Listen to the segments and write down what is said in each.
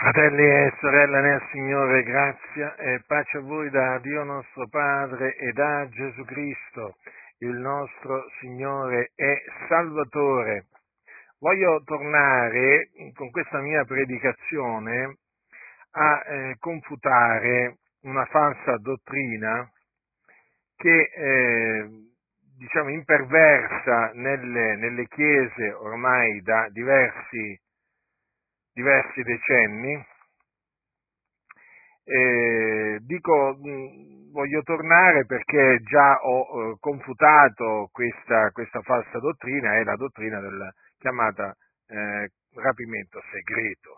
Fratelli e sorelle nel Signore, grazia e pace a voi da Dio nostro Padre e da Gesù Cristo, il nostro Signore e Salvatore. Voglio tornare con questa mia predicazione a confutare una falsa dottrina che imperversa nelle chiese ormai da diversi decenni. Voglio tornare perché già ho confutato questa falsa dottrina, è la dottrina chiamata rapimento segreto.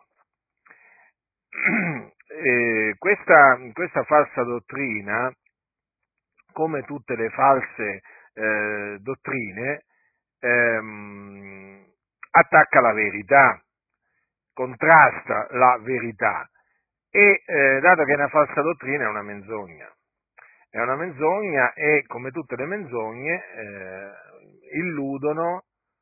Questa falsa dottrina, come tutte le false dottrine, attacca la verità, contrasta la verità e dato che è una falsa dottrina è una menzogna e come tutte le menzogne illudono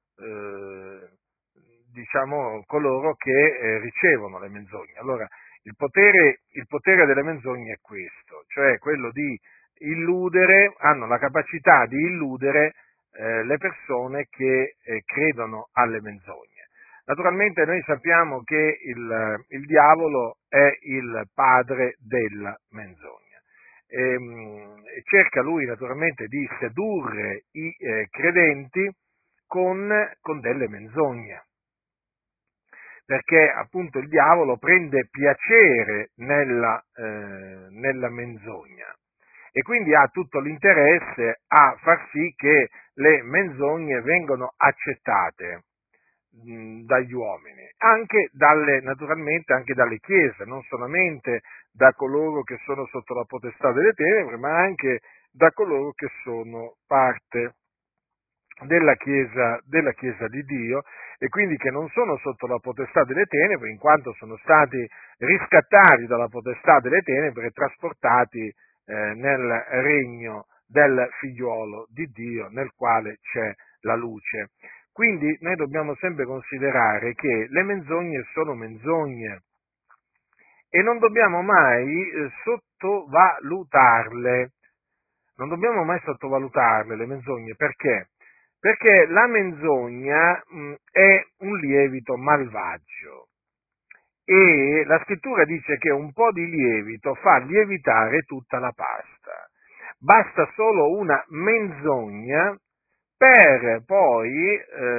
coloro che ricevono le menzogne. Allora il potere delle menzogne è questo, cioè quello di illudere, hanno la capacità di illudere le persone che credono alle menzogne. Naturalmente noi sappiamo che il diavolo è il padre della menzogna e cerca lui naturalmente di sedurre i credenti con delle menzogne, perché appunto il diavolo prende piacere nella menzogna e quindi ha tutto l'interesse a far sì che le menzogne vengano accettate dagli uomini, naturalmente anche dalle chiese, non solamente da coloro che sono sotto la potestà delle tenebre, ma anche da coloro che sono parte della Chiesa di Dio e quindi che non sono sotto la potestà delle tenebre, in quanto sono stati riscattati dalla potestà delle tenebre e trasportati nel regno del figliuolo di Dio, nel quale c'è la luce. Quindi noi dobbiamo sempre considerare che le menzogne sono menzogne e non dobbiamo mai sottovalutarle. Non dobbiamo mai sottovalutarle le menzogne, perché? Perché la menzogna è un lievito malvagio e la scrittura dice che un po' di lievito fa lievitare tutta la pasta. Basta solo una menzogna per poi,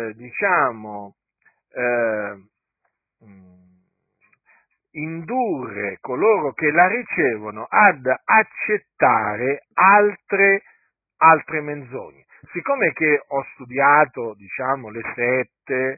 eh, indurre coloro che la ricevono ad accettare altre menzogne. Siccome che ho studiato, le sette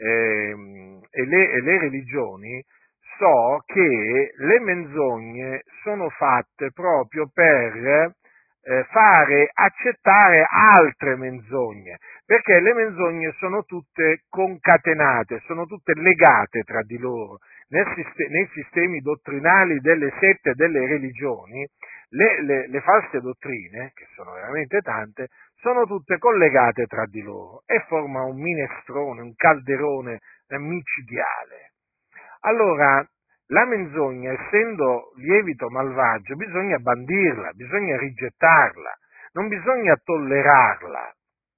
e le religioni, so che le menzogne sono fatte proprio per fare accettare altre menzogne, perché le menzogne sono tutte concatenate, sono tutte legate tra di loro. Nei sistemi dottrinali delle sette e delle religioni, le false dottrine, che sono veramente tante, sono tutte collegate tra di loro e formano un minestrone, un calderone micidiale. Allora, la menzogna, essendo lievito malvagio, bisogna bandirla, bisogna rigettarla, non bisogna tollerarla.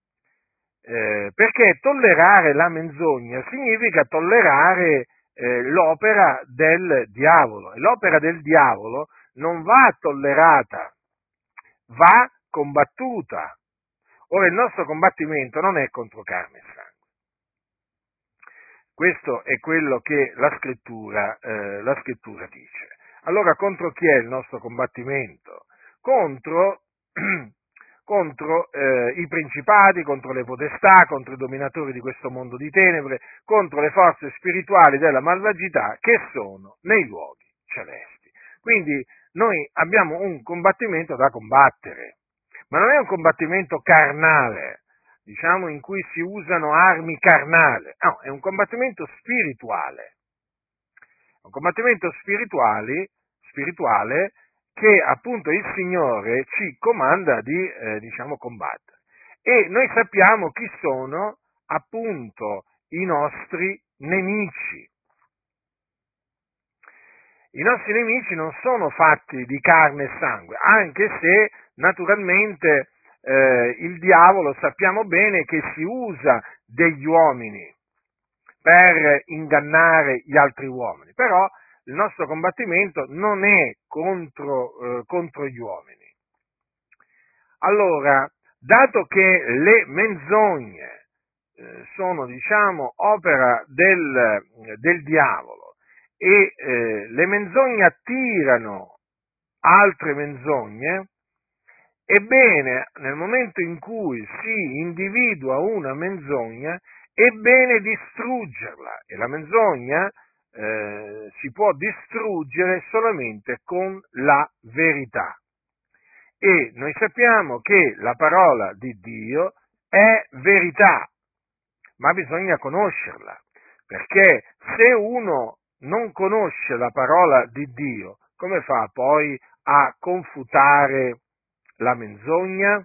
Perché tollerare la menzogna significa tollerare l'opera del diavolo e l'opera del diavolo non va tollerata, va combattuta. Ora il nostro combattimento non è contro carne e sangue. Questo è quello che la scrittura dice. Allora contro chi è il nostro combattimento? Contro i principati, contro le potestà, contro i dominatori di questo mondo di tenebre, contro le forze spirituali della malvagità che sono nei luoghi celesti. Quindi noi abbiamo un combattimento da combattere, ma non è un combattimento carnale, in cui si usano armi carnali, no, è un combattimento spirituale. Un combattimento spirituale che appunto il Signore ci comanda di combattere. E noi sappiamo chi sono appunto i nostri nemici. i nostri nemici non sono fatti di carne e sangue, anche se naturalmente il diavolo sappiamo bene che si usa degli uomini per ingannare gli altri uomini, però il nostro combattimento non è contro gli uomini. Allora, dato che le menzogne sono, diciamo, opera del diavolo e le menzogne attirano altre menzogne, ebbene, nel momento in cui si individua una menzogna, è bene distruggerla e la menzogna si può distruggere solamente con la verità. E noi sappiamo che la parola di Dio è verità, ma bisogna conoscerla, perché se uno non conosce la parola di Dio, come fa poi a confutare la menzogna?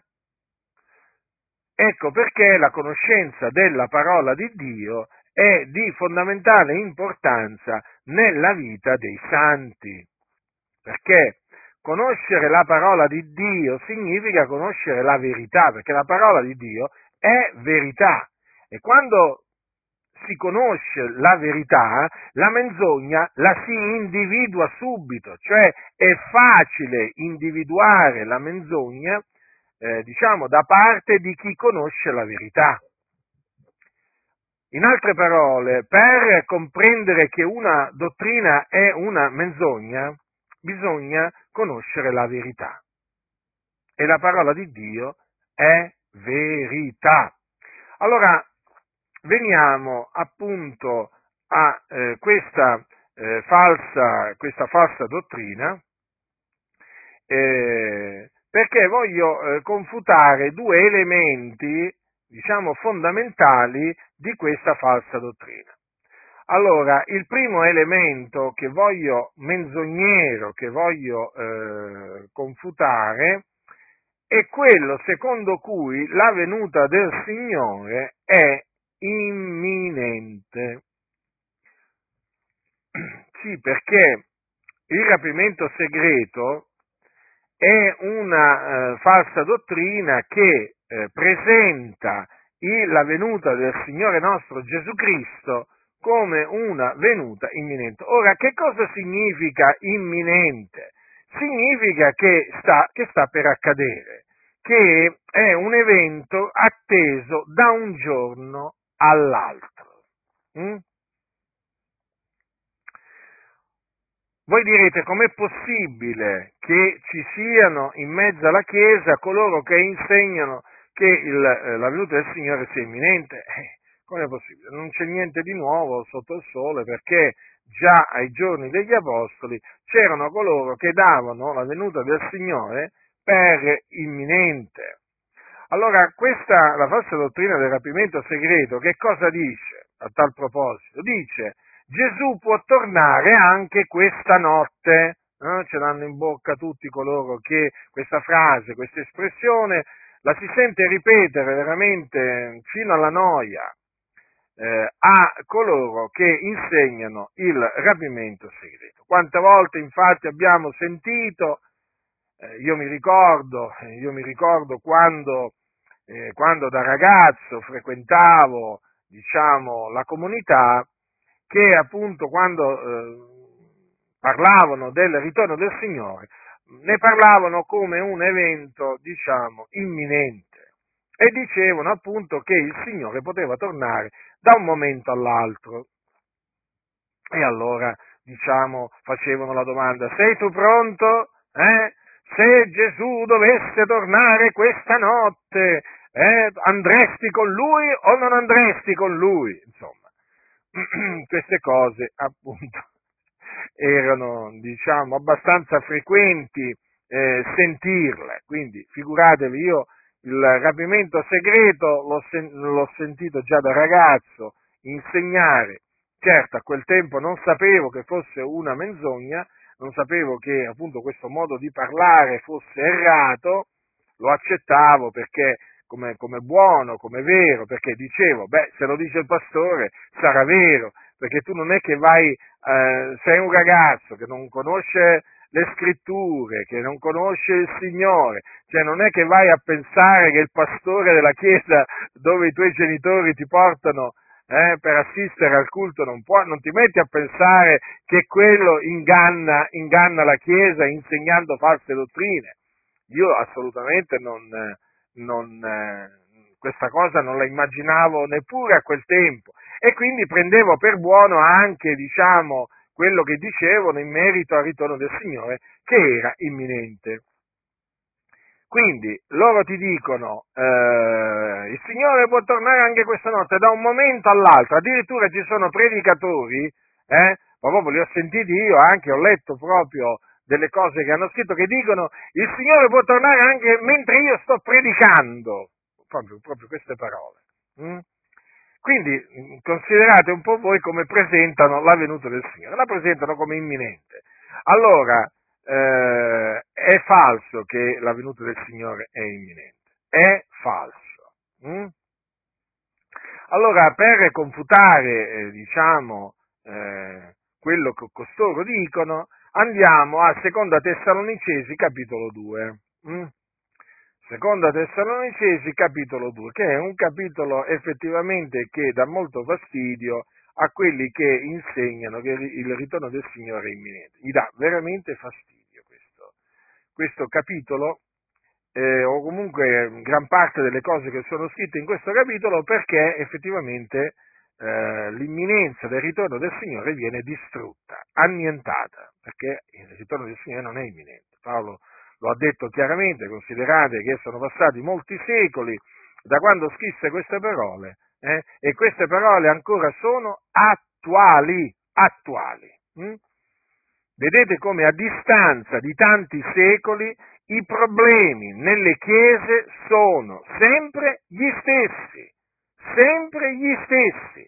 Ecco perché la conoscenza della parola di Dio è di fondamentale importanza nella vita dei santi, perché conoscere la parola di Dio significa conoscere la verità, perché la parola di Dio è verità. E quando si conosce la verità, la menzogna la si individua subito, cioè è facile individuare la menzogna, diciamo, da parte di chi conosce la verità. In altre parole, per comprendere che una dottrina è una menzogna, bisogna conoscere la verità. E la parola di Dio è verità. Allora, veniamo appunto a questa falsa dottrina, perché voglio confutare due elementi, diciamo, fondamentali di questa falsa dottrina. Allora, il primo elemento menzognero che voglio confutare è quello secondo cui la venuta del Signore è imminente. Sì, perché il rapimento segreto è una falsa dottrina che presenta la venuta del Signore nostro Gesù Cristo come una venuta imminente. Ora, che cosa significa imminente? Significa che sta per accadere, che è un evento atteso da un giorno all'altro. Voi direte, com'è possibile che ci siano in mezzo alla Chiesa coloro che insegnano che la venuta del Signore sia imminente? Com'è possibile? Non c'è niente di nuovo sotto il sole, perché già ai giorni degli Apostoli c'erano coloro che davano la venuta del Signore per imminente. Allora, la falsa dottrina del rapimento segreto, che cosa dice a tal proposito? Dice: Gesù può tornare anche questa notte. Ce l'hanno in bocca tutti coloro che questa frase, questa espressione, la si sente ripetere veramente fino alla noia a coloro che insegnano il rapimento segreto. Quante volte infatti abbiamo sentito, io mi ricordo quando da ragazzo frequentavo, diciamo, la comunità, che appunto quando parlavano del ritorno del Signore, ne parlavano come un evento, diciamo, imminente, e dicevano appunto che il Signore poteva tornare da un momento all'altro. E allora, diciamo, facevano la domanda: sei tu pronto? Se Gesù dovesse tornare questa notte, andresti con Lui o non andresti con Lui? Insomma, queste cose appunto erano, diciamo, abbastanza frequenti sentirle, quindi figuratevi, io il rapimento segreto l'ho sentito già da ragazzo insegnare. Certo, a quel tempo non sapevo che fosse una menzogna, non sapevo che appunto questo modo di parlare fosse errato, lo accettavo perché come buono, come vero, perché dicevo, se lo dice il pastore sarà vero, perché tu non è che vai, sei un ragazzo che non conosce le scritture, che non conosce il Signore, cioè non è che vai a pensare che il pastore della chiesa dove i tuoi genitori ti portano per assistere al culto non ti metti a pensare che quello inganna la chiesa insegnando false dottrine. Io assolutamente questa cosa non la immaginavo neppure a quel tempo e quindi prendevo per buono anche, diciamo, quello che dicevano in merito al ritorno del Signore, che era imminente. Quindi loro ti dicono, il Signore può tornare anche questa notte, da un momento all'altro, addirittura ci sono predicatori, ma proprio li ho sentiti io anche, ho letto proprio delle cose che hanno scritto, che dicono, il Signore può tornare anche mentre io sto predicando, proprio queste parole. Quindi considerate un po' voi come presentano la venuta del Signore, la presentano come imminente. Allora, è falso che la venuta del Signore è imminente, è falso. Allora, per confutare, quello che costoro dicono, andiamo a Seconda Tessalonicesi capitolo 2. Seconda Tessalonicesi capitolo 2, che è un capitolo effettivamente che dà molto fastidio a quelli che insegnano che il ritorno del Signore è imminente. Gli dà veramente fastidio questo capitolo, o comunque gran parte delle cose che sono scritte in questo capitolo, perché effettivamente l'imminenza del ritorno del Signore viene distrutta, annientata, perché il ritorno del Signore non è imminente. Paolo lo ha detto chiaramente, considerate che sono passati molti secoli da quando scrisse queste parole, e queste parole ancora sono attuali. Vedete come a distanza di tanti secoli i problemi nelle chiese sono sempre gli stessi.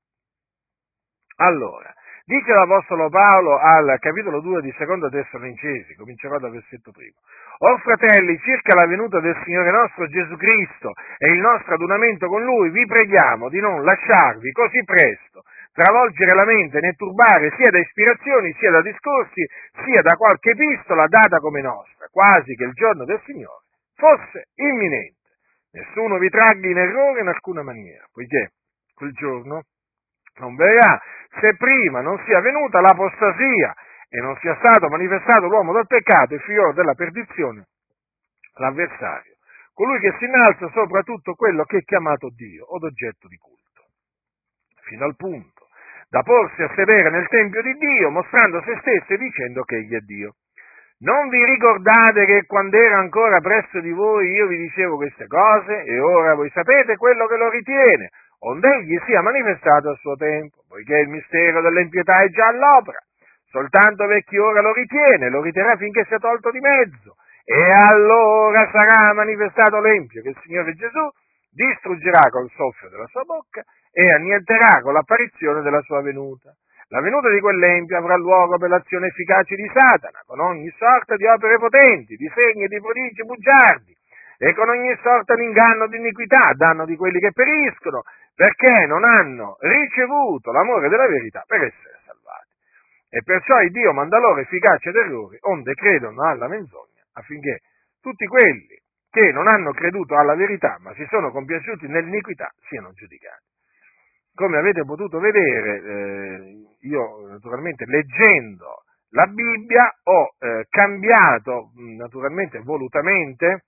Allora, dice l'Apostolo Paolo al capitolo 2 di Seconda Tessalonicesi, comincerò dal versetto primo. Or fratelli, circa la venuta del Signore nostro Gesù Cristo e il nostro adunamento con Lui, vi preghiamo di non lasciarvi così presto travolgere la mente né turbare sia da ispirazioni, sia da discorsi, sia da qualche epistola data come nostra, quasi che il giorno del Signore fosse imminente. Nessuno vi tragga in errore in alcuna maniera, poiché quel giorno non verrà se prima non sia venuta l'apostasia e non sia stato manifestato l'uomo del peccato, il figlio della perdizione, l'avversario, colui che si innalza sopra tutto quello che è chiamato Dio o d'oggetto di culto, fino al punto da porsi a sedere nel Tempio di Dio, mostrando se stesso e dicendo che egli è Dio. Non vi ricordate che quando era ancora presso di voi io vi dicevo queste cose, e ora voi sapete quello che lo ritiene, onde egli sia manifestato a suo tempo, poiché il mistero dell'impietà è già all'opera. Soltanto vecchi ora lo riterrà finché sia tolto di mezzo, e allora sarà manifestato l'empio, che il Signore Gesù distruggerà col soffio della sua bocca e annienterà con l'apparizione della sua venuta. La venuta di quell'empio avrà luogo per l'azione efficace di Satana, con ogni sorta di opere potenti, di segni e di prodigi bugiardi, e con ogni sorta di inganno di iniquità, a danno di quelli che periscono, perché non hanno ricevuto l'amore della verità per essere salvati. E perciò il Dio manda loro efficacia ed errore, onde credono alla menzogna, affinché tutti quelli che non hanno creduto alla verità, ma si sono compiaciuti nell'iniquità, siano giudicati. Come avete potuto vedere, io naturalmente leggendo la Bibbia ho cambiato naturalmente volutamente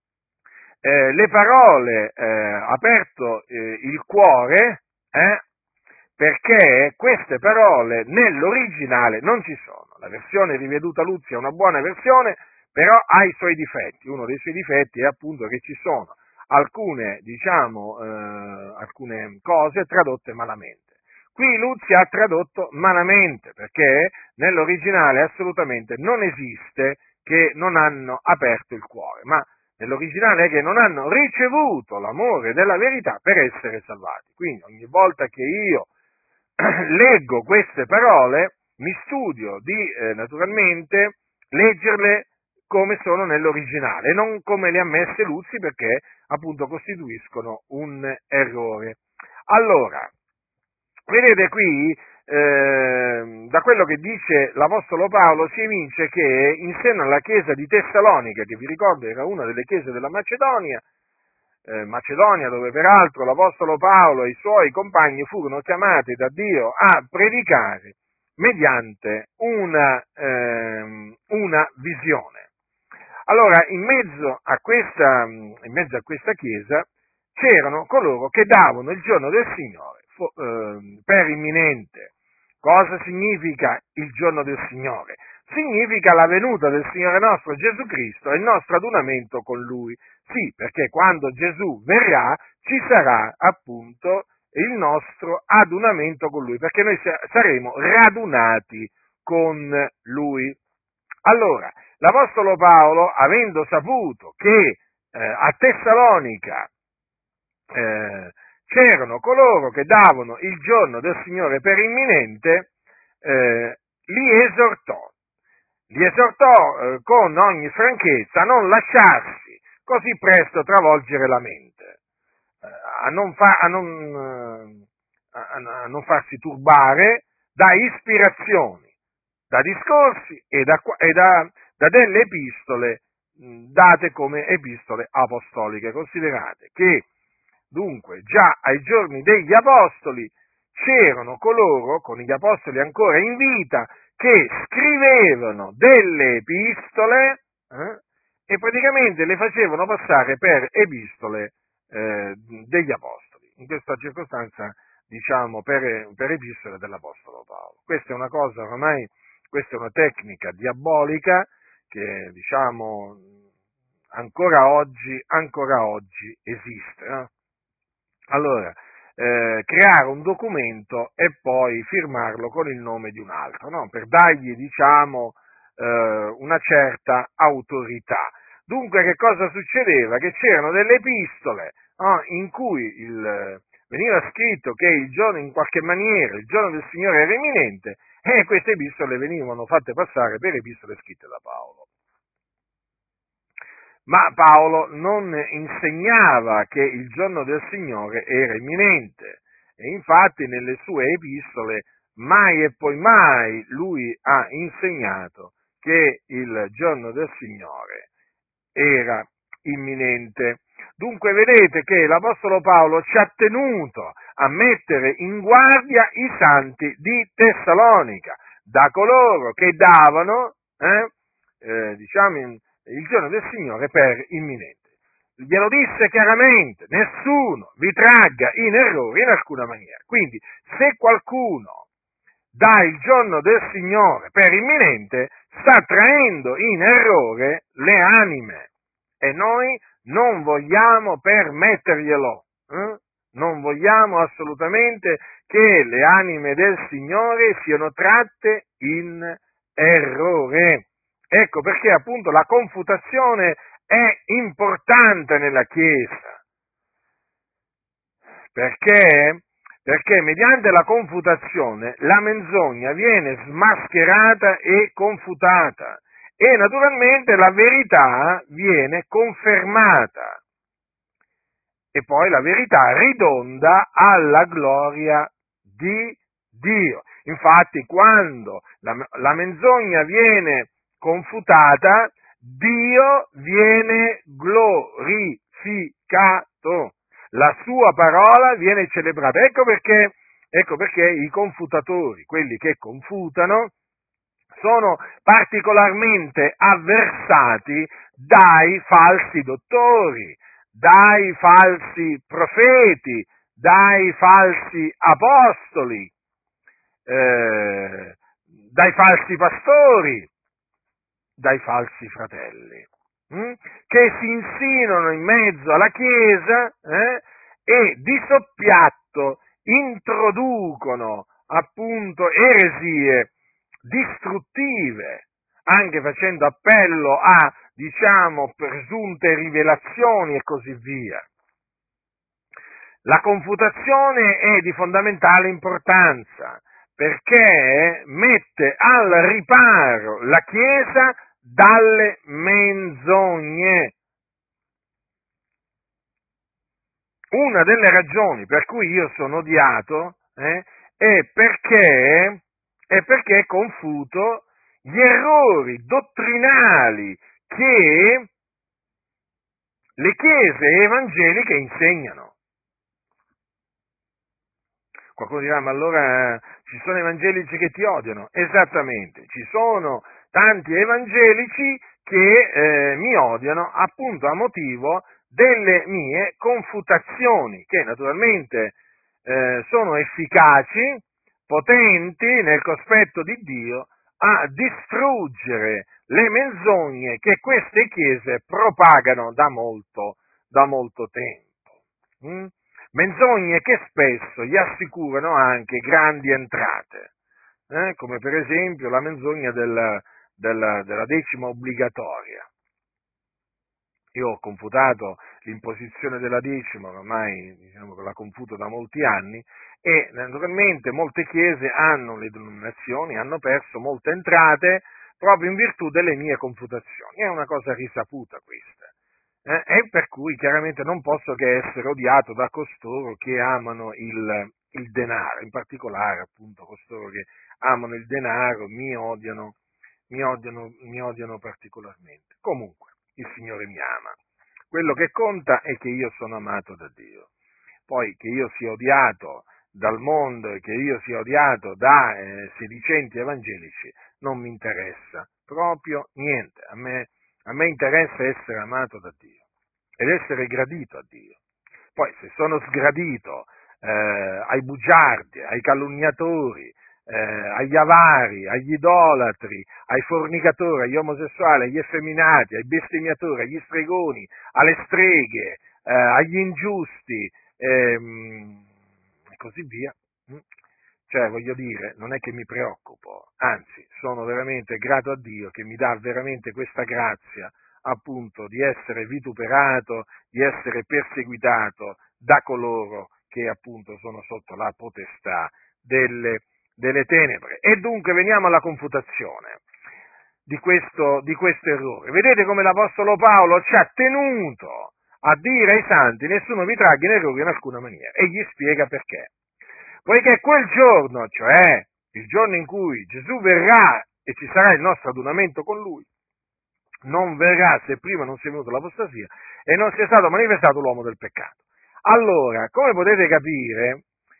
le parole, aperto il cuore, perché queste parole nell'originale non ci sono. La versione riveduta Luzzi è una buona versione, però ha i suoi difetti. Uno dei suoi difetti è appunto che ci sono alcune cose tradotte malamente. Qui Luzzi ha tradotto malamente, perché nell'originale assolutamente non esiste che non hanno aperto il cuore, ma nell'originale è che non hanno ricevuto l'amore della verità per essere salvati. Quindi ogni volta che io leggo queste parole mi studio di naturalmente leggerle come sono nell'originale e non come le ha messe Luzzi, perché appunto costituiscono un errore. Allora, vedete qui da quello che dice l'Apostolo Paolo si evince che in seno alla chiesa di Tessalonica, che vi ricordo era una delle chiese della Macedonia dove peraltro l'Apostolo Paolo e i suoi compagni furono chiamati da Dio a predicare mediante una visione. Allora, in mezzo a questa chiesa c'erano coloro che davano il giorno del Signore per imminente. Cosa significa il giorno del Signore? Significa la venuta del Signore nostro Gesù Cristo e il nostro adunamento con Lui. Sì, perché quando Gesù verrà ci sarà appunto il nostro adunamento con Lui, perché noi saremo radunati con Lui. Allora, l'Apostolo Paolo, avendo saputo che a Tessalonica c'erano coloro che davano il giorno del Signore per imminente, li esortò con ogni franchezza a non lasciarsi così presto travolgere la mente, a non farsi turbare da ispirazioni, da discorsi e da delle epistole date come epistole apostoliche. Considerate che dunque già ai giorni degli apostoli c'erano coloro, con gli apostoli ancora in vita, che scrivevano delle epistole e praticamente le facevano passare per epistole degli apostoli. In questa circostanza, diciamo, per epistole dell'apostolo Paolo. Questa è una cosa ormai, questa è una tecnica diabolica che, diciamo, ancora oggi esiste. Allora, creare un documento e poi firmarlo con il nome di un altro, no? Per dargli, diciamo, una certa autorità. Dunque, che cosa succedeva? Che c'erano delle epistole, no? In cui veniva scritto che in qualche maniera il giorno del Signore era imminente, e queste epistole venivano fatte passare per epistole scritte da Paolo. Ma Paolo non insegnava che il giorno del Signore era imminente, e infatti nelle sue epistole mai e poi mai lui ha insegnato che il giorno del Signore era imminente. Dunque vedete che l'Apostolo Paolo ci ha tenuto a mettere in guardia i santi di Tessalonica da coloro che davano, diciamo, il giorno del Signore per imminente. Glielo disse chiaramente: nessuno vi tragga in errore in alcuna maniera. Quindi, se qualcuno dà il giorno del Signore per imminente, sta traendo in errore le anime, e noi non vogliamo permetterglielo. Non vogliamo assolutamente che le anime del Signore siano tratte in errore. Ecco perché appunto la confutazione è importante nella Chiesa. Perché mediante la confutazione la menzogna viene smascherata e confutata, e naturalmente la verità viene confermata, e poi la verità ridonda alla gloria di Dio. Infatti, quando la menzogna viene confutata, Dio viene glorificato, la sua parola viene celebrata. Ecco perché i confutatori, quelli che confutano, sono particolarmente avversati dai falsi dottori, dai falsi profeti, dai falsi apostoli, dai falsi pastori, dai falsi fratelli, che si insinuano in mezzo alla Chiesa e di soppiatto introducono appunto eresie distruttive, anche facendo appello a, diciamo, presunte rivelazioni e così via. La confutazione è di fondamentale importanza, perché mette al riparo la Chiesa dalle menzogne. Una delle ragioni per cui io sono odiato È perché confuto gli errori dottrinali che le chiese evangeliche insegnano. Qualcuno dirà, ma allora ci sono evangelici che ti odiano? Esattamente, ci sono tanti evangelici che mi odiano appunto a motivo delle mie confutazioni, che naturalmente sono efficaci, potenti nel cospetto di Dio a distruggere le menzogne che queste chiese propagano da molto tempo. Menzogne che spesso gli assicurano anche grandi entrate, come per esempio la menzogna della decima obbligatoria. Io ho confutato l'imposizione della decima, ormai diciamo che la confuto da molti anni, e naturalmente molte chiese le denominazioni hanno perso molte entrate proprio in virtù delle mie confutazioni. È una cosa risaputa questa. E per cui chiaramente non posso che essere odiato da costoro che amano il denaro, in particolare appunto costoro che amano il denaro mi odiano particolarmente. Comunque, il Signore mi ama. Quello che conta è che io sono amato da Dio. Poi che io sia odiato dal mondo e che io sia odiato da sedicenti evangelici non mi interessa proprio niente. A me interessa essere amato da Dio ed essere gradito a Dio. Poi se sono sgradito ai bugiardi, ai calunniatori, agli avari, agli idolatri, ai fornicatori, agli omosessuali, agli effeminati, ai bestemmiatori, agli stregoni, alle streghe, agli ingiusti, e così via. Cioè, voglio dire, non è che mi preoccupo, anzi, sono veramente grato a Dio che mi dà veramente questa grazia, appunto, di essere vituperato, di essere perseguitato da coloro che, appunto, sono sotto la potestà delle tenebre. E dunque veniamo alla confutazione di questo errore. Vedete come l'Apostolo Paolo ci ha tenuto a dire ai santi: nessuno vi tragga in errore in alcuna maniera, e gli spiega perché. Poiché quel giorno, cioè il giorno in cui Gesù verrà e ci sarà il nostro adunamento con Lui, non verrà se prima non sia venuta l'apostasia e non sia stato manifestato l'uomo del peccato. Allora, come potete capire,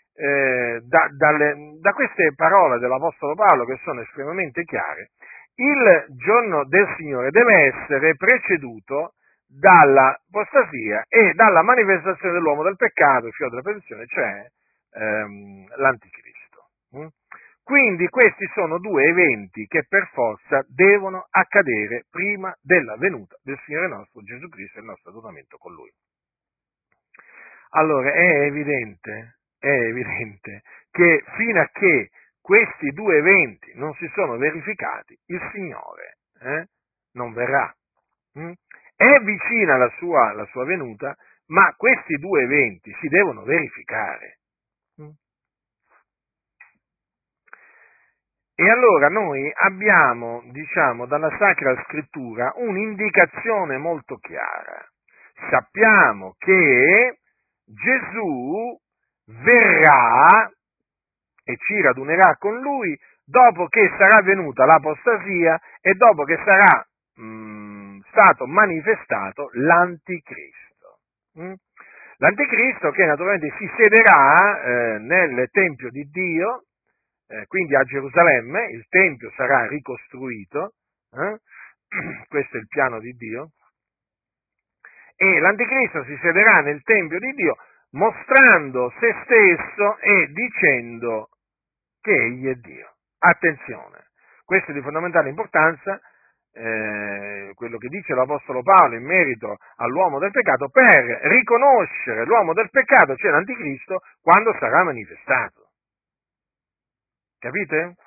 da queste parole dell'Apostolo Paolo, che sono estremamente chiare, il giorno del Signore deve essere preceduto dall'apostasia e dalla manifestazione dell'uomo del peccato, figlio della perdizione, cioè l'anticristo. Quindi questi sono due eventi che per forza devono accadere prima della venuta del Signore nostro Gesù Cristo e il nostro adunamento con Lui. Allora è evidente che fino a che questi due eventi non si sono verificati, il Signore non verrà. È vicina la sua venuta, ma questi due eventi si devono verificare. E allora noi abbiamo, dalla Sacra Scrittura un'indicazione molto chiara. Sappiamo che Gesù verrà e ci radunerà con Lui dopo che sarà venuta l'apostasia e dopo che sarà stato manifestato l'Anticristo. L'Anticristo che naturalmente si siederà nel Tempio di Dio, quindi a Gerusalemme, il Tempio sarà ricostruito, questo è il piano di Dio, e l'Anticristo si siederà nel Tempio di Dio mostrando se stesso e dicendo che egli è Dio. Attenzione, questo è di fondamentale importanza, quello che dice l'Apostolo Paolo in merito all'uomo del peccato, per riconoscere l'uomo del peccato, cioè l'Anticristo, quando sarà manifestato. Capite?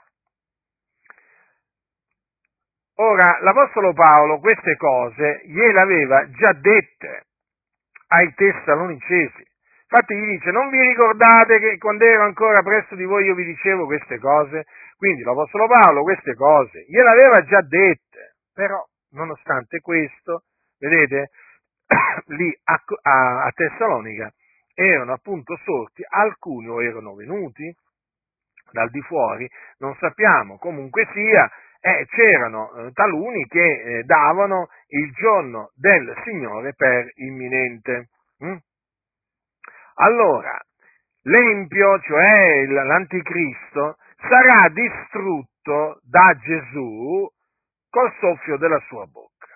Ora, l'Apostolo Paolo queste cose gliele aveva già dette ai Tessalonicesi. Infatti gli dice: non vi ricordate che quando ero ancora presso di voi io vi dicevo queste cose? Quindi l'Apostolo Paolo queste cose gliele aveva già dette, però nonostante questo, vedete, lì a Tessalonica erano appunto sorti alcuni, o erano venuti dal di fuori, non sappiamo, comunque sia, c'erano taluni che davano il giorno del Signore per imminente. Mm? Allora, l'Empio, cioè l'Anticristo, sarà distrutto da Gesù col soffio della sua bocca.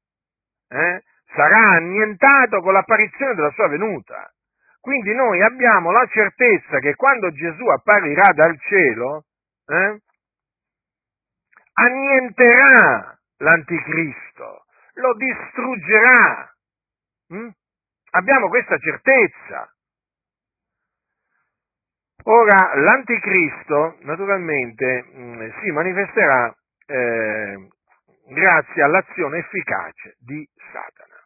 Sarà annientato con l'apparizione della sua venuta. Quindi noi abbiamo la certezza che quando Gesù apparirà dal cielo, annienterà l'Anticristo, lo distruggerà. Abbiamo questa certezza. Ora, l'Anticristo, naturalmente, si manifesterà grazie all'azione efficace di Satana.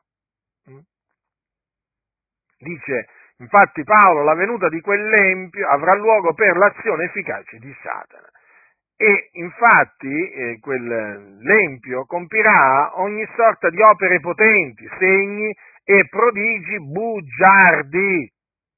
Dice, infatti Paolo, la venuta di quell'empio avrà luogo per l'azione efficace di Satana. E infatti l'empio compirà ogni sorta di opere potenti, segni e prodigi bugiardi,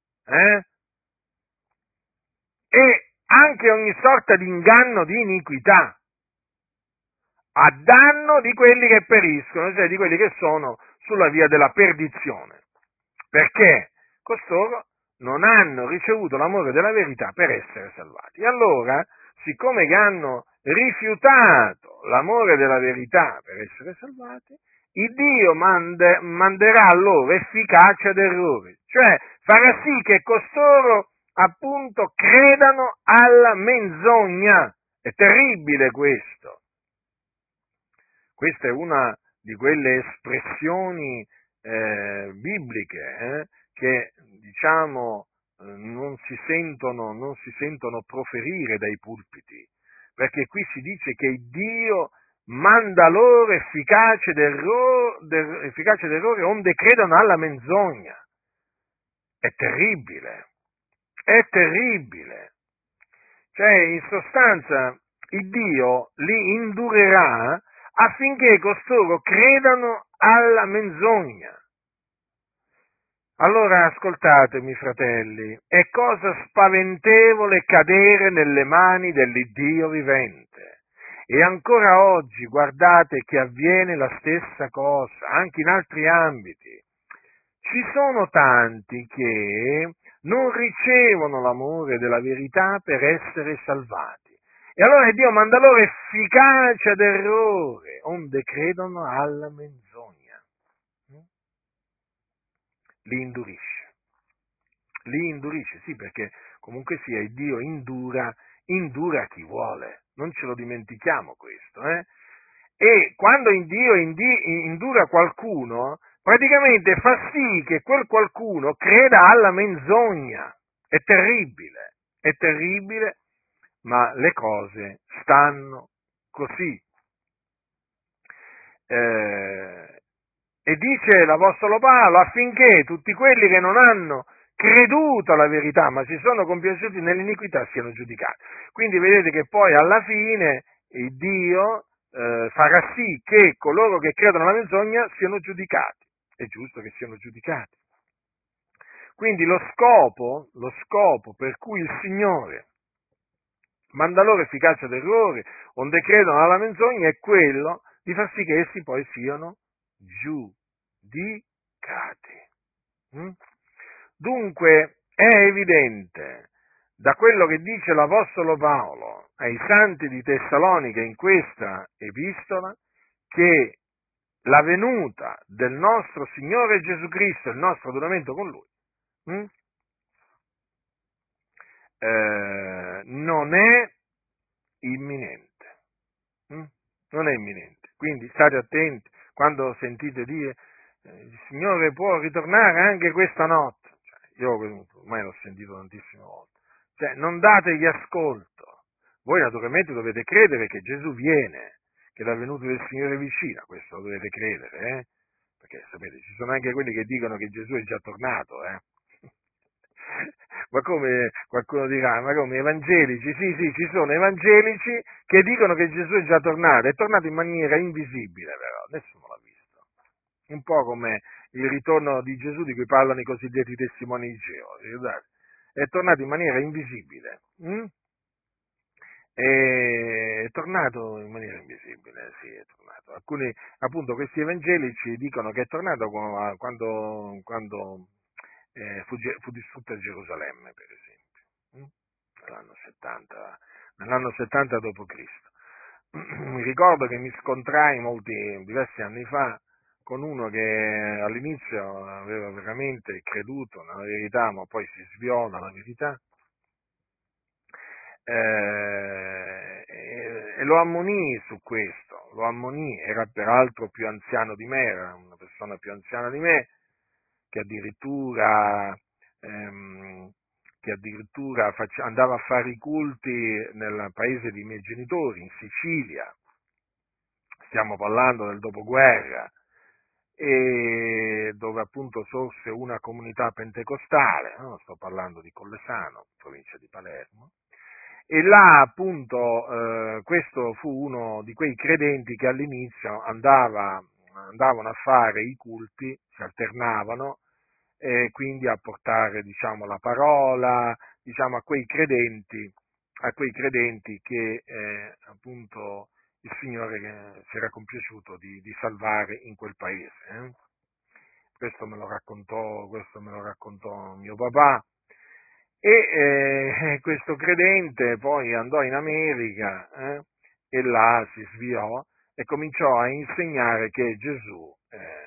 e anche ogni sorta di inganno di iniquità, a danno di quelli che periscono, cioè di quelli che sono sulla via della perdizione, perché costoro non hanno ricevuto l'amore della verità per essere salvati. E allora, siccome che hanno rifiutato l'amore della verità per essere salvati, il Dio manderà loro efficacia d'errore, cioè farà sì che costoro appunto credano alla menzogna. È terribile questo. Questa è una di quelle espressioni bibliche che, diciamo, non si sentono proferire dai pulpiti, perché qui si dice che Dio manda loro efficace d'errore onde credano alla menzogna. È terribile, è terribile. Cioè, in sostanza, il Dio li indurerà affinché costoro credano alla menzogna. Allora, ascoltatemi, fratelli, è cosa spaventevole cadere nelle mani dell'Iddio vivente. E ancora oggi, guardate che avviene la stessa cosa, anche in altri ambiti. Ci sono tanti che non ricevono l'amore della verità per essere salvati. E allora Dio manda loro efficacia d'errore, onde credono alla menzogna. Li indurisce, sì, perché comunque sia il Dio indura chi vuole, non ce lo dimentichiamo questo, E quando Dio indura qualcuno, praticamente fa sì che quel qualcuno creda alla menzogna. È terribile, ma le cose stanno così. E dice l'Apostolo Paolo affinché tutti quelli che non hanno creduto alla verità, ma si sono compiaciuti nell'iniquità, siano giudicati. Quindi vedete che poi alla fine il Dio farà sì che coloro che credono alla menzogna siano giudicati. È giusto che siano giudicati. Quindi lo scopo per cui il Signore manda loro efficacia d'errore, onde credono alla menzogna, è quello di far sì che essi poi siano giudicati. Dunque è evidente da quello che dice l'Apostolo Paolo ai santi di Tessalonica in questa epistola che la venuta del nostro Signore Gesù Cristo, il nostro adunamento con Lui, non è imminente. Non è imminente. Quindi state attenti quando sentite dire il Signore può ritornare anche questa notte. Io ormai l'ho sentito tantissime volte. Non dategli ascolto. Voi naturalmente dovete credere che Gesù viene, che la venuta del Signore è vicina, questo lo dovete credere, perché sapete, ci sono anche quelli che dicono che Gesù è già tornato, Ma come qualcuno dirà, ma come evangelici? Sì, ci sono evangelici che dicono che Gesù è già tornato, è tornato in maniera invisibile però, nessuno l'ha visto. Un po' come il ritorno di Gesù di cui parlano i cosiddetti testimoni di Geova, ricordate? È tornato in maniera invisibile. è tornato in maniera invisibile, sì, è tornato. Alcuni, appunto, questi evangelici dicono che è tornato quando fu distrutta Gerusalemme, per esempio, nell'anno 70, nell'anno 70 d.C. Mi ricordo che mi scontrai diversi anni fa, con uno che all'inizio aveva veramente creduto nella verità, ma poi si sviò dalla verità, e lo ammonii su questo, lo ammonii. Era peraltro più anziano di me, era una persona più anziana di me, che addirittura, ehm, andava a fare i culti nel paese dei miei genitori, in Sicilia. Stiamo parlando del dopoguerra, e dove appunto sorse una comunità pentecostale, no? Sto parlando di Collesano, provincia di Palermo, e là appunto questo fu uno di quei credenti che all'inizio andavano a fare i culti, si alternavano, e quindi a portare, diciamo, la parola, diciamo, a quei credenti che appunto il Signore si era compiaciuto di salvare in quel paese. Questo me lo raccontò mio papà, e questo credente poi andò in America, e là si sviò e cominciò a insegnare che Gesù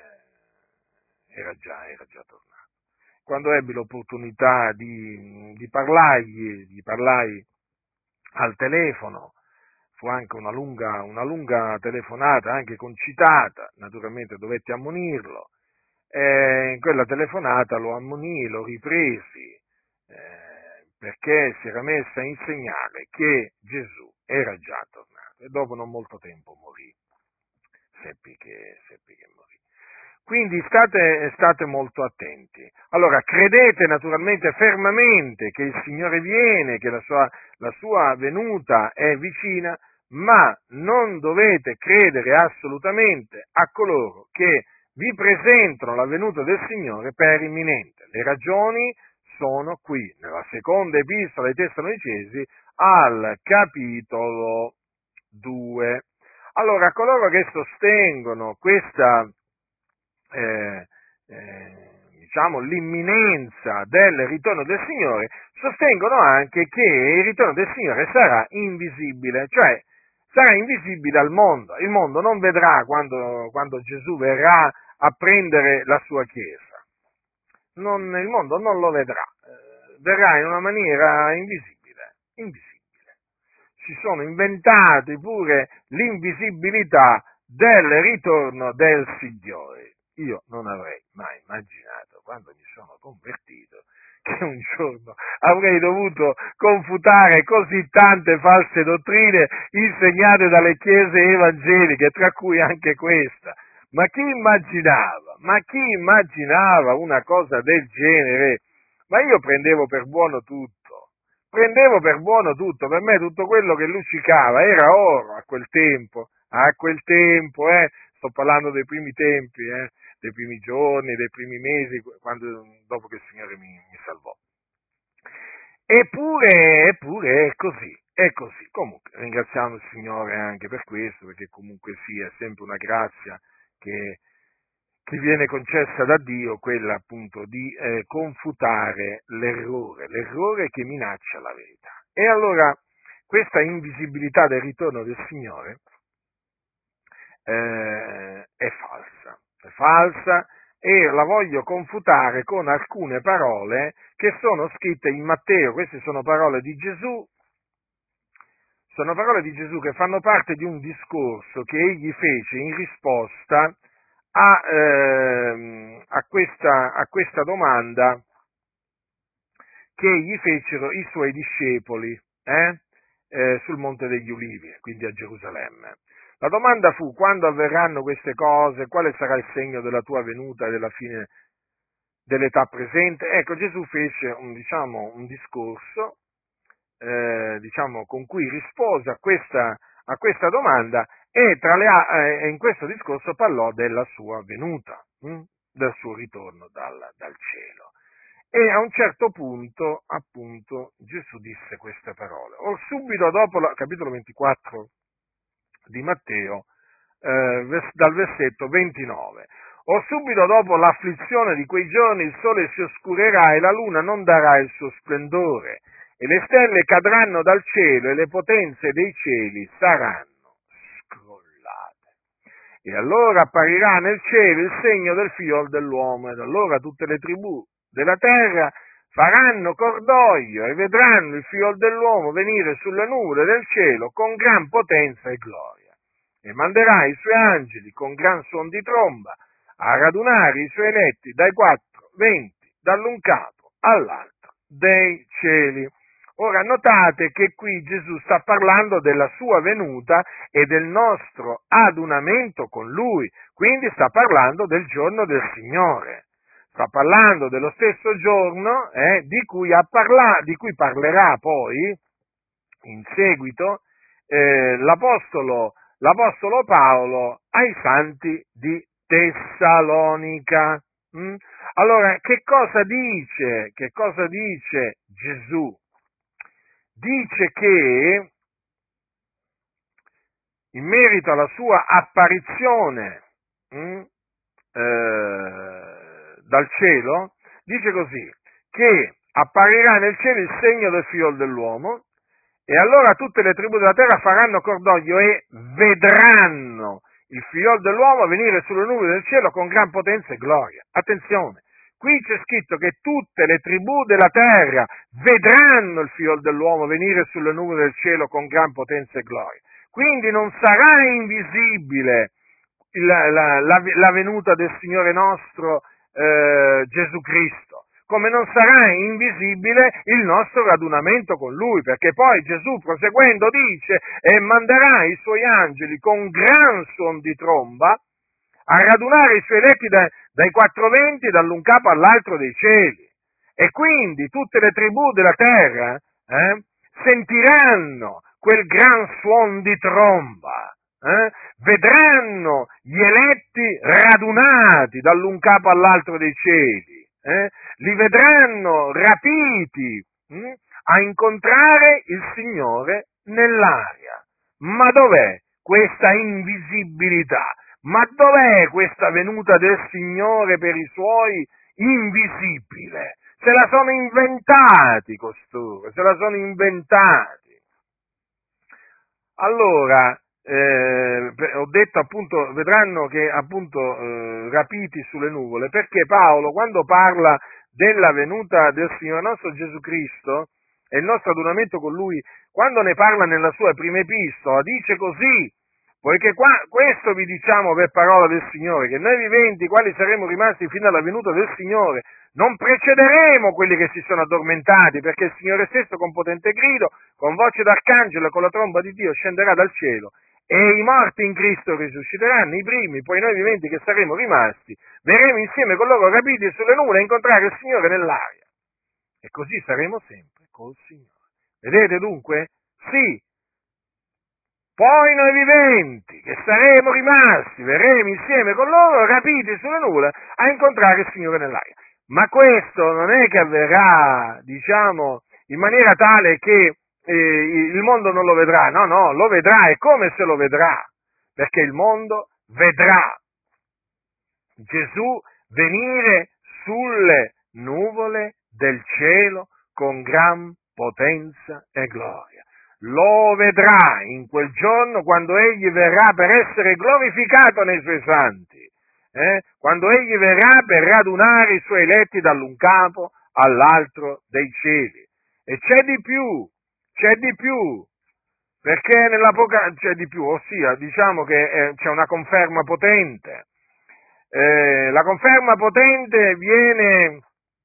era già tornato. Quando ebbi l'opportunità di parlargli al telefono, fu anche una lunga telefonata, anche concitata, naturalmente dovetti ammonirlo, in quella telefonata lo ammonii, lo ripresi, perché si era messo a insegnare che Gesù era già tornato, e dopo non molto tempo morì, seppi che morì. Quindi state molto attenti. Allora, credete naturalmente fermamente che il Signore viene, che la sua venuta è vicina, ma non dovete credere assolutamente a coloro che vi presentano la venuta del Signore per imminente. Le ragioni sono qui, nella seconda epistola ai Tessalonicesi, al capitolo 2. Allora, coloro che sostengono questa diciamo, l'imminenza del ritorno del Signore, sostengono anche che il ritorno del Signore sarà invisibile, cioè sarà invisibile al mondo. Il mondo non vedrà quando Gesù verrà a prendere la sua Chiesa. Il mondo non lo vedrà, verrà in una maniera invisibile. Si sono inventati pure l'invisibilità del ritorno del Signore. Io non avrei mai immaginato, quando mi sono convertito, che un giorno avrei dovuto confutare così tante false dottrine insegnate dalle chiese evangeliche, tra cui anche questa. Ma chi immaginava? Ma chi immaginava una cosa del genere? Ma io prendevo per buono tutto. Per me tutto quello che luccicava era oro a quel tempo, sto parlando dei primi tempi, dei primi giorni, dei primi mesi, dopo che il Signore mi salvò. Eppure è così. Comunque, ringraziamo il Signore anche per questo, perché comunque sia sempre una grazia che viene concessa da Dio, quella appunto di confutare l'errore che minaccia la verità. E allora questa invisibilità del ritorno del Signore è falsa, e la voglio confutare con alcune parole che sono scritte in Matteo. Queste sono parole di Gesù, che fanno parte di un discorso che egli fece in risposta a questa domanda che gli fecero i suoi discepoli sul Monte degli Ulivi, quindi a Gerusalemme. La domanda fu: quando avverranno queste cose? Quale sarà il segno della tua venuta e della fine dell'età presente? Ecco, Gesù fece un discorso con cui rispose a questa domanda, e in questo discorso parlò della sua venuta, del suo ritorno dal cielo. E a un certo punto, appunto, Gesù disse queste parole. Or subito dopo, capitolo 24 di Matteo, dal versetto 29. Or subito dopo l'afflizione di quei giorni il sole si oscurerà e la luna non darà il suo splendore, e le stelle cadranno dal cielo e le potenze dei cieli saranno scrollate. E allora apparirà nel cielo il segno del figlio dell'uomo, ed allora tutte le tribù della terra faranno cordoglio e vedranno il figlio dell'uomo venire sulle nuvole del cielo con gran potenza e gloria. E manderà i suoi angeli con gran suon di tromba a radunare i suoi eletti dai quattro venti, dall'un capo all'altro dei cieli. Ora notate che qui Gesù sta parlando della sua venuta e del nostro adunamento con Lui, quindi sta parlando del giorno del Signore. Sta parlando dello stesso giorno di cui parlerà poi in seguito l'Apostolo Paolo ai santi di Tessalonica. Allora, che cosa dice Gesù? Dice che in merito alla sua apparizione dal cielo, dice così, che apparirà nel cielo il segno del figlio dell'uomo, e allora tutte le tribù della terra faranno cordoglio e vedranno il figlio dell'uomo venire sulle nuvole del cielo con gran potenza e gloria. Attenzione, qui c'è scritto che tutte le tribù della terra vedranno il figlio dell'uomo venire sulle nuvole del cielo con gran potenza e gloria. Quindi non sarà invisibile la venuta del Signore nostro Gesù Cristo, come non sarà invisibile il nostro radunamento con Lui, perché poi Gesù, proseguendo, dice: e manderà i suoi angeli con gran suon di tromba a radunare i suoi eletti dai quattro venti, dall'un capo all'altro dei cieli. E quindi tutte le tribù della terra sentiranno quel gran suon di tromba, vedranno gli eletti radunati dall'un capo all'altro dei cieli, li vedranno rapiti a incontrare il Signore nell'aria. Ma dov'è questa invisibilità? Ma dov'è questa venuta del Signore per i Suoi invisibile? Se la sono inventati costoro, se la sono inventati. Allora, ho detto appunto, vedranno che appunto rapiti sulle nuvole, perché Paolo, quando parla della venuta del Signore nostro Gesù Cristo e il nostro adunamento con Lui, quando ne parla nella sua prima epistola, dice così: poiché questo vi diciamo per parola del Signore, che noi viventi, quali saremo rimasti fino alla venuta del Signore, non precederemo quelli che si sono addormentati, perché il Signore stesso con potente grido, con voce d'arcangelo e con la tromba di Dio scenderà dal cielo, e i morti in Cristo risusciteranno, i primi, poi noi viventi che saremo rimasti, verremo insieme con loro rapiti sulle nuvole a incontrare il Signore nell'aria. E così saremo sempre col Signore. Vedete dunque? Sì. Poi noi viventi, che saremo rimasti, verremo insieme con loro, rapiti sulle nuvole, a incontrare il Signore nell'aria. Ma questo non è che avverrà, in maniera tale che il mondo non lo vedrà. No, lo vedrà, e come se lo vedrà? Perché il mondo vedrà Gesù venire sulle nuvole del cielo con gran potenza e gloria. Lo vedrà in quel giorno, quando egli verrà per essere glorificato nei suoi santi, quando egli verrà per radunare i suoi eletti dall'un capo all'altro dei cieli. E c'è di più, perché c'è di più, ossia diciamo che c'è una conferma potente. La conferma potente viene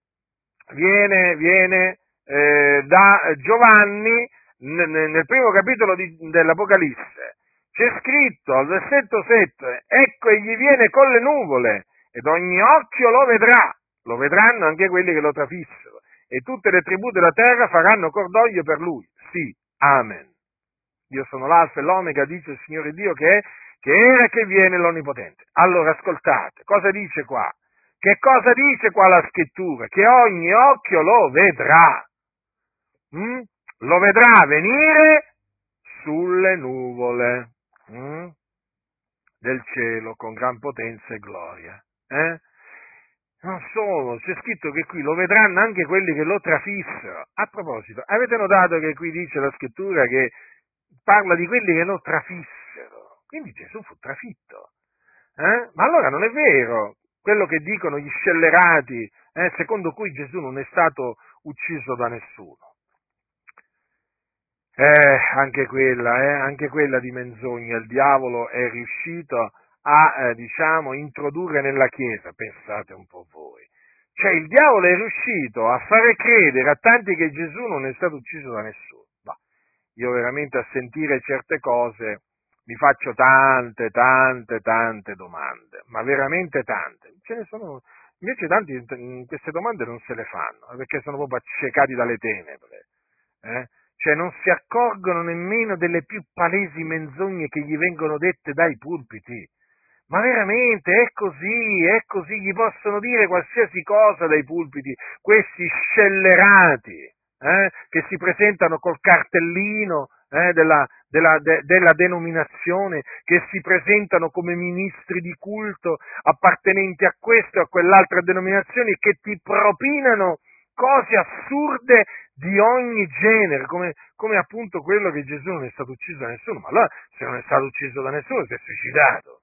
da Giovanni nel primo capitolo dell'Apocalisse. C'è scritto al versetto 7: ecco egli viene con le nuvole ed ogni occhio lo vedrà, lo vedranno anche quelli che lo trafissero, e tutte le tribù della terra faranno cordoglio per lui. Sì, amen. Io sono l'alfa e l'omega, dice il Signore Dio, che era e che viene l'Onnipotente. Allora ascoltate, cosa dice qua? Che cosa dice qua la scrittura? Che ogni occhio lo vedrà. Lo vedrà venire sulle nuvole del cielo con gran potenza e gloria. Non solo, c'è scritto che qui lo vedranno anche quelli che lo trafissero. A proposito, avete notato che qui dice la scrittura che parla di quelli che lo trafissero? Quindi Gesù fu trafitto. Ma allora non è vero quello che dicono gli scellerati, secondo cui Gesù non è stato ucciso da nessuno. Anche quella di menzogna, il diavolo è riuscito a, introdurre nella Chiesa, pensate un po' voi. Cioè il diavolo è riuscito a fare credere a tanti che Gesù non è stato ucciso da nessuno. Ma io veramente a sentire certe cose mi faccio tante domande, ma veramente tante. Ce ne sono, invece tanti queste domande non se le fanno, perché sono proprio accecati dalle tenebre. Cioè non si accorgono nemmeno delle più palesi menzogne che gli vengono dette dai pulpiti. Ma veramente è così, gli possono dire qualsiasi cosa dai pulpiti, questi scellerati, che si presentano col cartellino della denominazione, che si presentano come ministri di culto appartenenti a questa o a quell'altra denominazione, che ti propinano cose assurde di ogni genere, come appunto quello che Gesù non è stato ucciso da nessuno. Ma allora, se non è stato ucciso da nessuno, si è suicidato.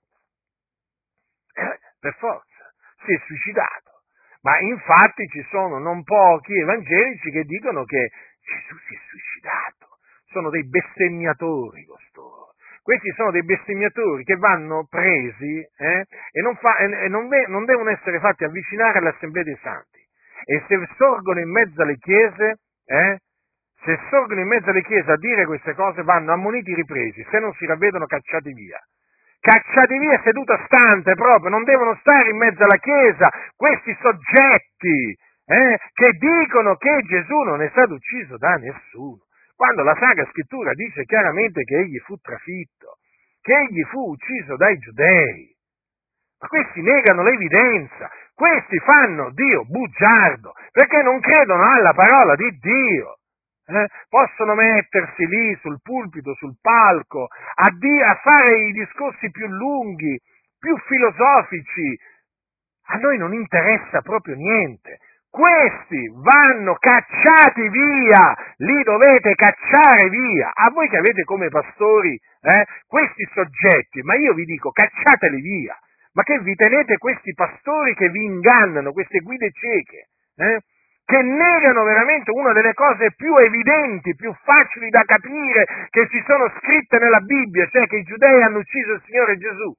Per forza, si è suicidato. Ma infatti ci sono non pochi evangelici che dicono che Gesù si è suicidato. Sono dei bestemmiatori costoro. Questi sono dei bestemmiatori che vanno presi e non devono essere fatti avvicinare all'Assemblea dei Santi. E se sorgono in mezzo alle chiese, se sorgono in mezzo alle chiese a dire queste cose, vanno ammoniti, ripresi, se non si ravvedono cacciati via seduta stante proprio, non devono stare in mezzo alla chiesa questi soggetti che dicono che Gesù non è stato ucciso da nessuno, quando la Sacra Scrittura dice chiaramente che egli fu trafitto, che egli fu ucciso dai giudei. Ma questi negano l'evidenza, questi fanno Dio bugiardo, perché non credono alla parola di Dio. Possono mettersi lì sul pulpito, sul palco, a fare i discorsi più lunghi, più filosofici. A noi non interessa proprio niente. Questi vanno cacciati via, li dovete cacciare via. A voi che avete come pastori questi soggetti, ma io vi dico cacciateli via. Ma che vi tenete questi pastori che vi ingannano, queste guide cieche, che negano veramente una delle cose più evidenti, più facili da capire che ci sono scritte nella Bibbia, cioè che i giudei hanno ucciso il Signore Gesù.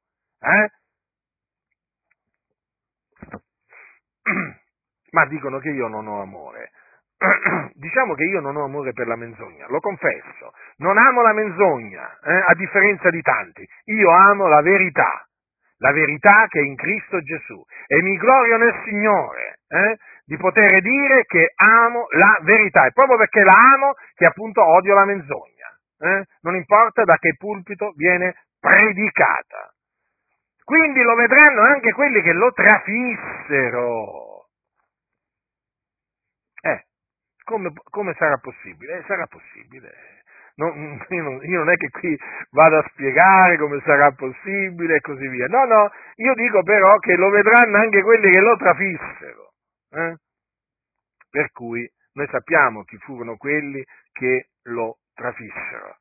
Ma dicono che io non ho amore. Diciamo che io non ho amore per la menzogna, lo confesso. Non amo la menzogna, a differenza di tanti. Io amo la verità che è in Cristo Gesù. E mi glorio nel Signore, di poter dire che amo la verità. È proprio perché la amo che appunto odio la menzogna. Non importa da che pulpito viene predicata. Quindi lo vedranno anche quelli che lo trafissero. Come sarà possibile? Sarà possibile. Io non è che qui vado a spiegare come sarà possibile e così via. No, io dico però che lo vedranno anche quelli che lo trafissero. Per cui noi sappiamo chi furono quelli che lo trafissero.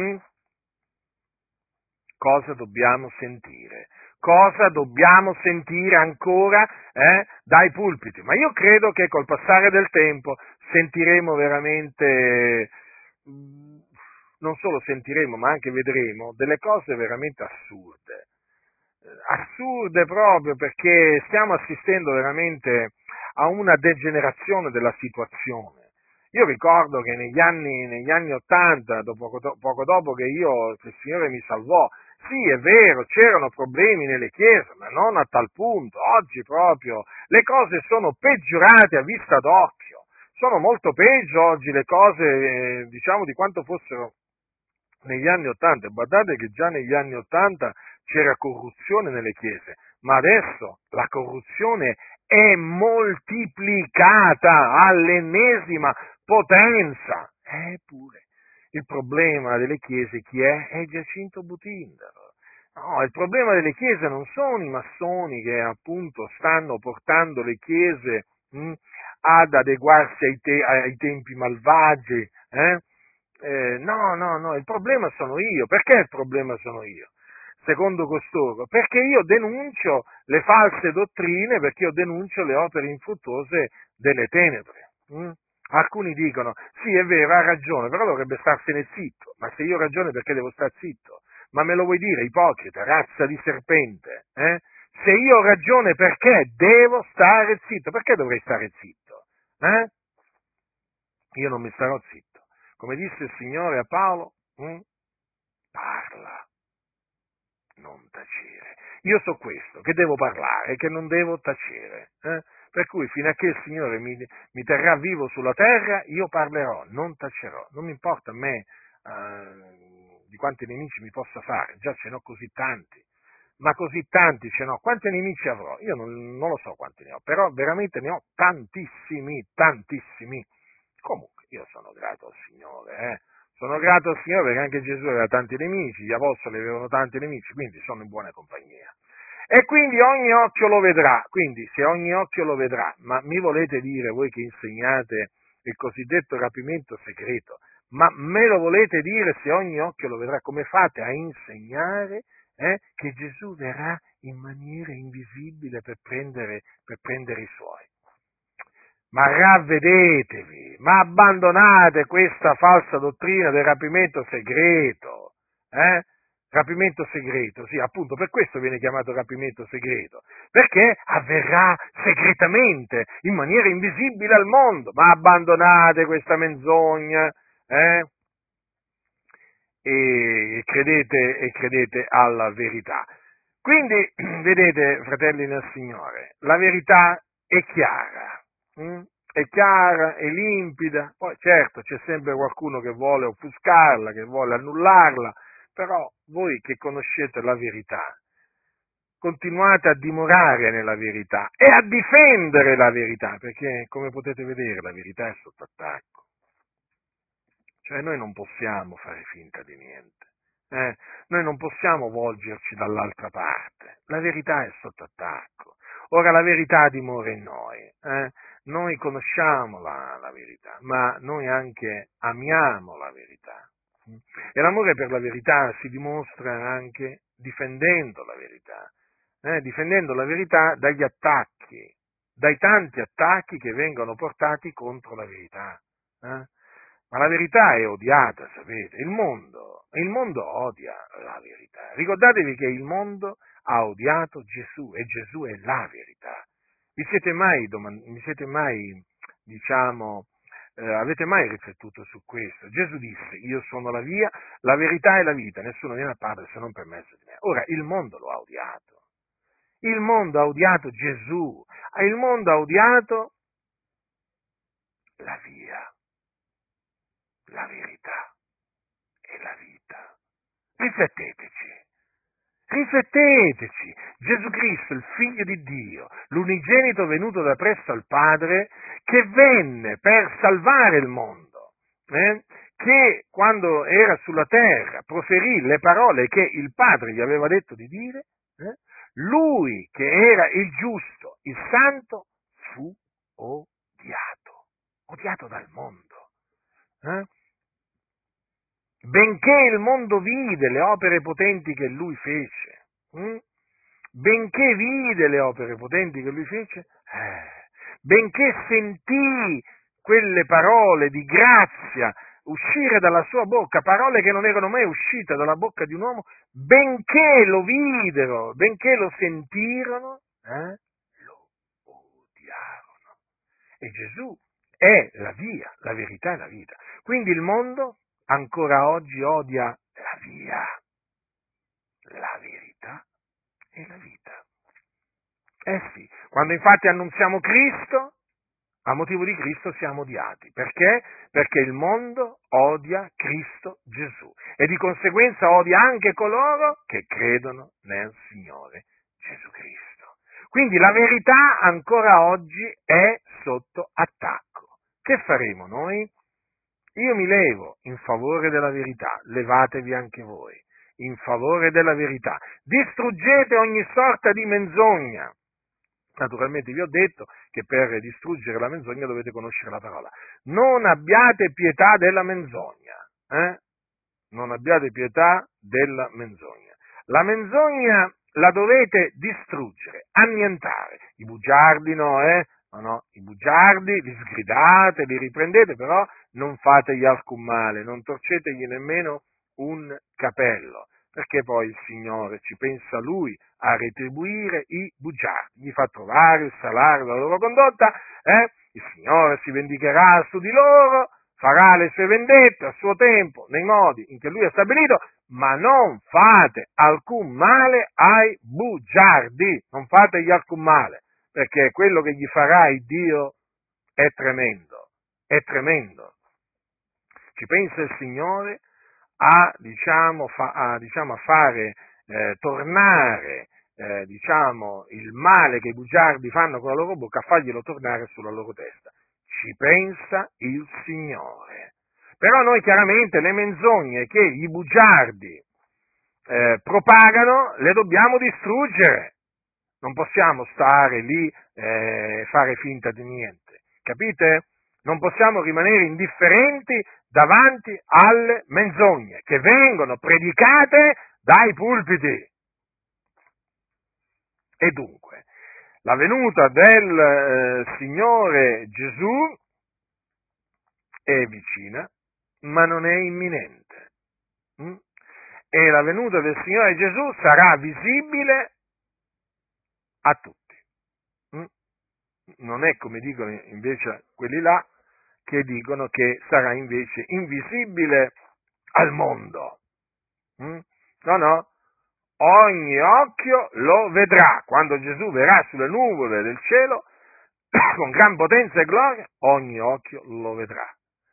Cosa dobbiamo sentire? Cosa dobbiamo sentire ancora dai pulpiti? Ma io credo che col passare del tempo sentiremo veramente, non solo sentiremo, ma anche vedremo delle cose veramente assurde proprio proprio stiamo assistendo veramente a una degenerazione della situazione. Io ricordo che negli anni 80, poco dopo che il Signore mi salvò, sì, è vero, c'erano problemi nelle chiese, ma non a tal punto. Oggi proprio le cose sono peggiorate a vista d'occhio. Sono molto peggio oggi le cose, di quanto fossero negli anni '80. Guardate che già negli anni '80 c'era corruzione nelle chiese, ma adesso la corruzione è moltiplicata all'ennesima potenza. Eppure, il problema delle chiese chi è? È Giacinto Butindaro. No, il problema delle chiese non sono i massoni che appunto stanno portando le chiese ad adeguarsi ai tempi malvagi. No, il problema sono io. Perché il problema sono io? Secondo costoro, perché io denuncio le false dottrine, perché io denuncio le opere infruttuose delle tenebre. Alcuni dicono, sì è vero, ha ragione, però dovrebbe starsene zitto, ma se io ho ragione perché devo star zitto? Ma me lo vuoi dire, ipocrita, razza di serpente? Se io ho ragione perché devo stare zitto? Perché dovrei stare zitto? Io non mi starò zitto. Come disse il Signore a Paolo, parla, non tacere. Io so questo, che devo parlare e che non devo tacere. Per cui fino a che il Signore mi terrà vivo sulla terra, io parlerò, non tacerò. Non mi importa a me di quanti nemici mi possa fare, già ce n'ho così tanti. Ma così tanti ce n'ho, quanti nemici avrò? Io non lo so quanti ne ho, però veramente ne ho tantissimi, tantissimi. Comunque, io sono grato al Signore, Sono grato al Signore perché anche Gesù aveva tanti nemici, gli apostoli avevano tanti nemici, quindi sono in buona compagnia. E quindi ogni occhio lo vedrà, quindi se ogni occhio lo vedrà, ma mi volete dire voi che insegnate il cosiddetto rapimento segreto, ma me lo volete dire se ogni occhio lo vedrà? Come fate a insegnare che Gesù verrà in maniera invisibile per prendere i suoi? Ma ravvedetevi, ma abbandonate questa falsa dottrina del rapimento segreto, Rapimento segreto, sì, appunto per questo viene chiamato rapimento segreto, perché avverrà segretamente, in maniera invisibile al mondo, ma abbandonate questa menzogna, e credete alla verità. Quindi, vedete, fratelli nel Signore, la verità è chiara, è chiara, è limpida, poi certo c'è sempre qualcuno che vuole offuscarla, che vuole annullarla, però voi che conoscete la verità, continuate a dimorare nella verità e a difendere la verità, perché come potete vedere la verità è sotto attacco. Cioè noi non possiamo fare finta di niente, noi non possiamo volgerci dall'altra parte, la verità è sotto attacco. Ora la verità dimora in noi, noi conosciamo la verità, ma noi anche amiamo la verità. E l'amore per la verità si dimostra anche difendendo la verità dagli attacchi, dai tanti attacchi che vengono portati contro la verità. Ma la verità è odiata, sapete? Il mondo odia la verità. Ricordatevi che il mondo ha odiato Gesù e Gesù è la verità. Avete mai riflettuto su questo? Gesù disse, io sono la via, la verità e la vita, nessuno viene al Padre se non per mezzo di me. Ora, il mondo lo ha odiato. Il mondo ha odiato Gesù, il mondo ha odiato la via, la verità e la vita. Rifletteteci. Gesù Cristo, il Figlio di Dio, l'unigenito venuto da presso al Padre, che venne per salvare il mondo, che quando era sulla terra proferì le parole che il Padre gli aveva detto di dire, lui che era il giusto, il santo, fu odiato dal mondo. Benché il mondo vide le opere potenti che lui fece, benché vide le opere potenti che lui fece, benché sentì quelle parole di grazia uscire dalla sua bocca, parole che non erano mai uscite dalla bocca di un uomo, benché lo videro, benché lo sentirono, lo odiarono. E Gesù è la via, la verità e la vita. Quindi il mondo ancora oggi odia la via, la verità e la vita. Sì, quando infatti annunziamo Cristo, a motivo di Cristo siamo odiati. Perché? Perché il mondo odia Cristo Gesù e di conseguenza odia anche coloro che credono nel Signore Gesù Cristo. Quindi la verità ancora oggi è sotto attacco. Che faremo noi? Io mi levo in favore della verità, levatevi anche voi in favore della verità, distruggete ogni sorta di menzogna. Naturalmente vi ho detto che per distruggere la menzogna dovete conoscere la parola. Non abbiate pietà della menzogna, Non abbiate pietà della menzogna. La menzogna la dovete distruggere, annientare. I bugiardi no, No, i bugiardi li sgridate, li riprendete, però non fategli alcun male, non torcetegli nemmeno un capello, perché poi il Signore ci pensa Lui a retribuire i bugiardi, gli fa trovare il salario della loro condotta, il Signore si vendicherà su di loro, farà le sue vendette a suo tempo, nei modi in che Lui ha stabilito, ma non fate alcun male ai bugiardi, non fategli alcun male, perché quello che gli farà il Dio è tremendo, è tremendo. Ci pensa il Signore a fare tornare il male che i bugiardi fanno con la loro bocca, a farglielo tornare sulla loro testa. Ci pensa il Signore. Però noi chiaramente le menzogne che i bugiardi propagano le dobbiamo distruggere. Non possiamo stare lì e fare finta di niente, capite? Non possiamo rimanere indifferenti davanti alle menzogne che vengono predicate dai pulpiti. E dunque, la venuta del Signore Gesù è vicina, ma non è imminente. E la venuta del Signore Gesù sarà visibile a tutti. Non è come dicono invece quelli là, che dicono che sarà invece invisibile al mondo. No, ogni occhio lo vedrà. Quando Gesù verrà sulle nuvole del cielo, con gran potenza e gloria, ogni occhio lo vedrà.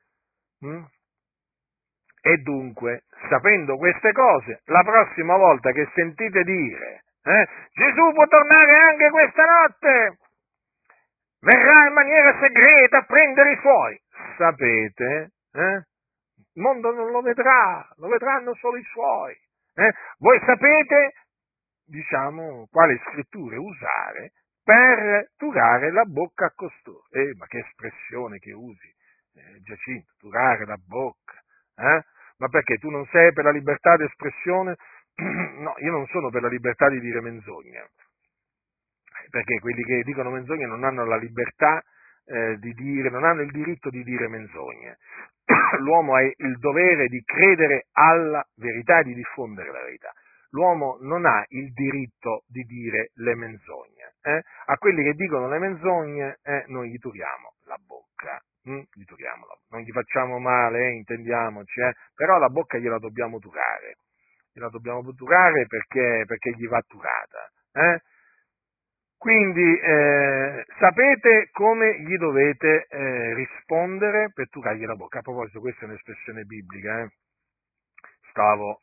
E dunque, sapendo queste cose, la prossima volta che sentite dire Gesù può tornare anche questa notte, verrà in maniera segreta a prendere i suoi, sapete, il mondo non lo vedrà, lo vedranno solo i suoi. Voi sapete, quali scritture usare per turare la bocca a costoro. Ma che espressione che usi, Giacinto, turare la bocca, Ma perché tu non sei per la libertà di espressione? No, io non sono per la libertà di dire menzogna, perché quelli che dicono menzogne non hanno la libertà di dire, non hanno il diritto di dire menzogne. L'uomo ha il dovere di credere alla verità e di diffondere la verità. L'uomo non ha il diritto di dire le menzogne. A quelli che dicono le menzogne noi gli turiamo la bocca. Non gli facciamo male, intendiamoci, però la bocca gliela dobbiamo turare. Gliela dobbiamo turare perché gli va turata. Quindi sapete come gli dovete rispondere per turargli la bocca. A proposito, questa è un'espressione biblica. Stavo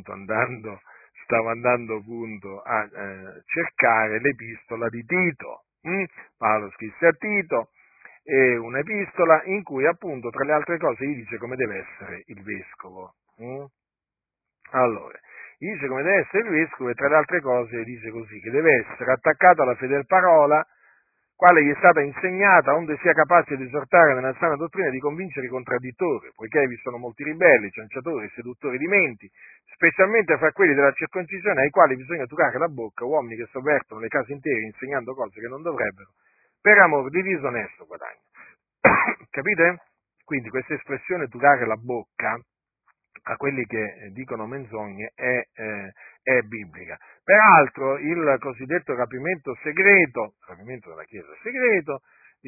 andando appunto a cercare l'epistola di Tito. Paolo scrisse a Tito un'epistola in cui appunto tra le altre cose gli dice come deve essere il vescovo. Allora, dice come deve essere il vescovo e tra le altre cose dice così, che deve essere attaccato alla fedel parola, quale gli è stata insegnata, onde sia capace di esortare nella sana dottrina e di convincere i contraddittori, poiché vi sono molti ribelli, cianciatori, seduttori di menti, specialmente fra quelli della circoncisione, ai quali bisogna turare la bocca, uomini che sovvertono le case intere insegnando cose che non dovrebbero, per amor di disonesto guadagno. Capite? Quindi questa espressione turare la bocca a quelli che dicono menzogne è biblica. Peraltro il cosiddetto rapimento della Chiesa segreto,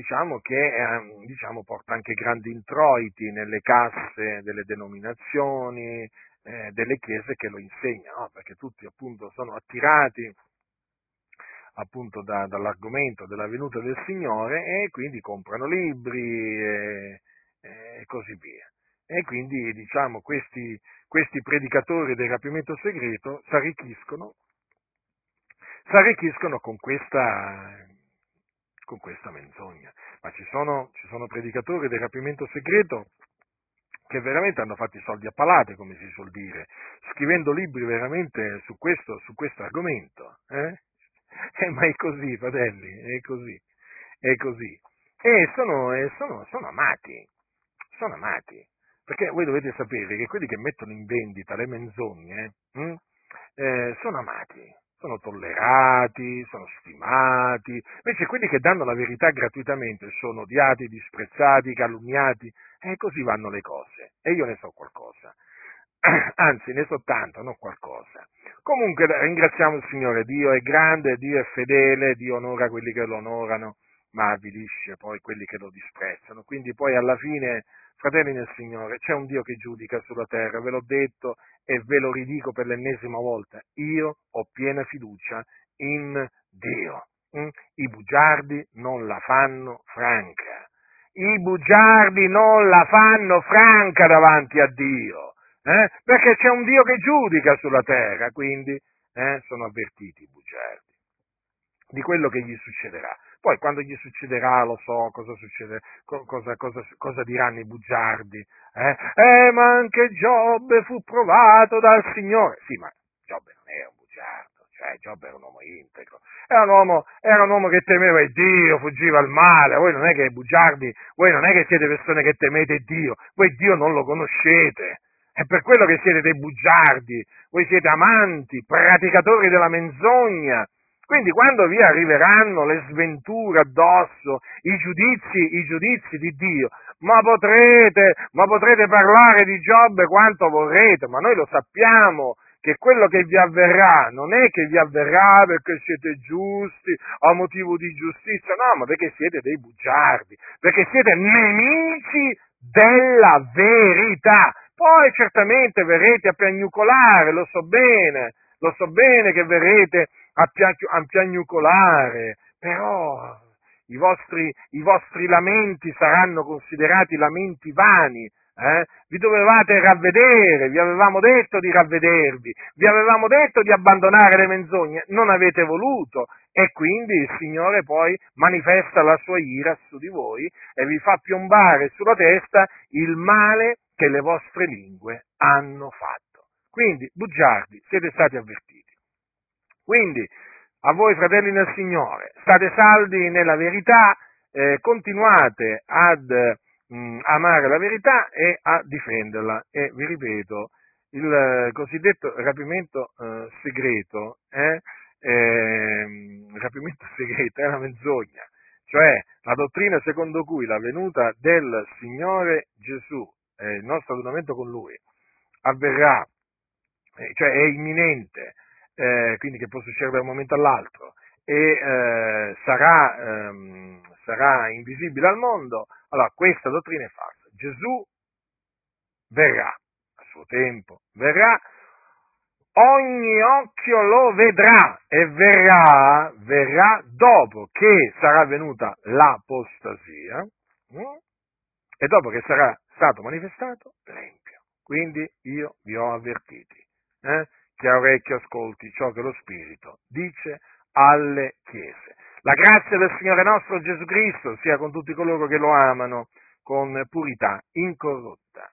porta anche grandi introiti nelle casse delle denominazioni, delle chiese che lo insegnano, no? Perché tutti appunto sono attirati appunto dall'argomento della venuta del Signore e quindi comprano libri e così via. E quindi questi predicatori del rapimento segreto s'arricchiscono con questa menzogna. Ma ci sono predicatori del rapimento segreto che veramente hanno fatto i soldi a palate, come si suol dire, scrivendo libri veramente su questo argomento. Ma è così, fratelli, è così, è così. Sono amati, perché voi dovete sapere che quelli che mettono in vendita le menzogne, sono amati, sono tollerati, sono stimati, invece quelli che danno la verità gratuitamente sono odiati, disprezzati, calunniati, e così vanno le cose, e io ne so qualcosa. Anzi, ne so tanto, non qualcosa. Comunque ringraziamo il Signore, Dio è grande, Dio è fedele, Dio onora quelli che lo onorano, ma avvilisce poi quelli che lo disprezzano. Quindi poi alla fine, fratelli nel Signore, c'è un Dio che giudica sulla terra, ve l'ho detto e ve lo ridico per l'ennesima volta. Io ho piena fiducia in Dio. I bugiardi non la fanno franca. I bugiardi non la fanno franca davanti a Dio. Perché c'è un Dio che giudica sulla terra, quindi sono avvertiti i bugiardi di quello che gli succederà. Poi quando gli succederà, lo so, cosa diranno i bugiardi. Ma anche Giobbe fu provato dal Signore. Sì, ma Giobbe non era un bugiardo, cioè Giobbe era un uomo integro, era un uomo che temeva il Dio, fuggiva al male. Voi non è che bugiardi, voi non è che siete persone che temete Dio, voi Dio non lo conoscete. È per quello che siete dei bugiardi, voi siete amanti, praticatori della menzogna. Quindi quando vi arriveranno le sventure addosso, i giudizi di Dio, ma potrete parlare di Giobbe quanto vorrete, ma noi lo sappiamo che quello che vi avverrà non è che vi avverrà perché siete giusti, a motivo di giustizia, no, ma perché siete dei bugiardi, perché siete nemici della verità. Poi certamente verrete a piagnucolare, lo so bene che verrete a piagnucolare, però i vostri lamenti saranno considerati lamenti vani. Vi dovevate ravvedere, vi avevamo detto di ravvedervi, vi avevamo detto di abbandonare le menzogne, non avete voluto, e quindi il Signore poi manifesta la sua ira su di voi e vi fa piombare sulla testa il male che le vostre lingue hanno fatto. Quindi, bugiardi, siete stati avvertiti. Quindi, a voi fratelli nel Signore, state saldi nella verità, continuate ad amare la verità e a difenderla. E vi ripeto, il cosiddetto rapimento segreto, rapimento segreto è una menzogna, cioè la dottrina secondo cui la venuta del Signore Gesù, il nostro adunamento con Lui, avverrà, cioè è imminente, quindi che può succedere da un momento all'altro, e sarà invisibile al mondo, allora questa dottrina è falsa. Gesù verrà, a suo tempo verrà, ogni occhio lo vedrà e verrà dopo che sarà venuta l'apostasia, e dopo che sarà stato manifestato l'empio. Quindi io vi ho avvertiti. Chi ha orecchio ascolti ciò che lo Spirito dice alle chiese. La grazia del Signore nostro Gesù Cristo sia con tutti coloro che lo amano con purità incorrotta.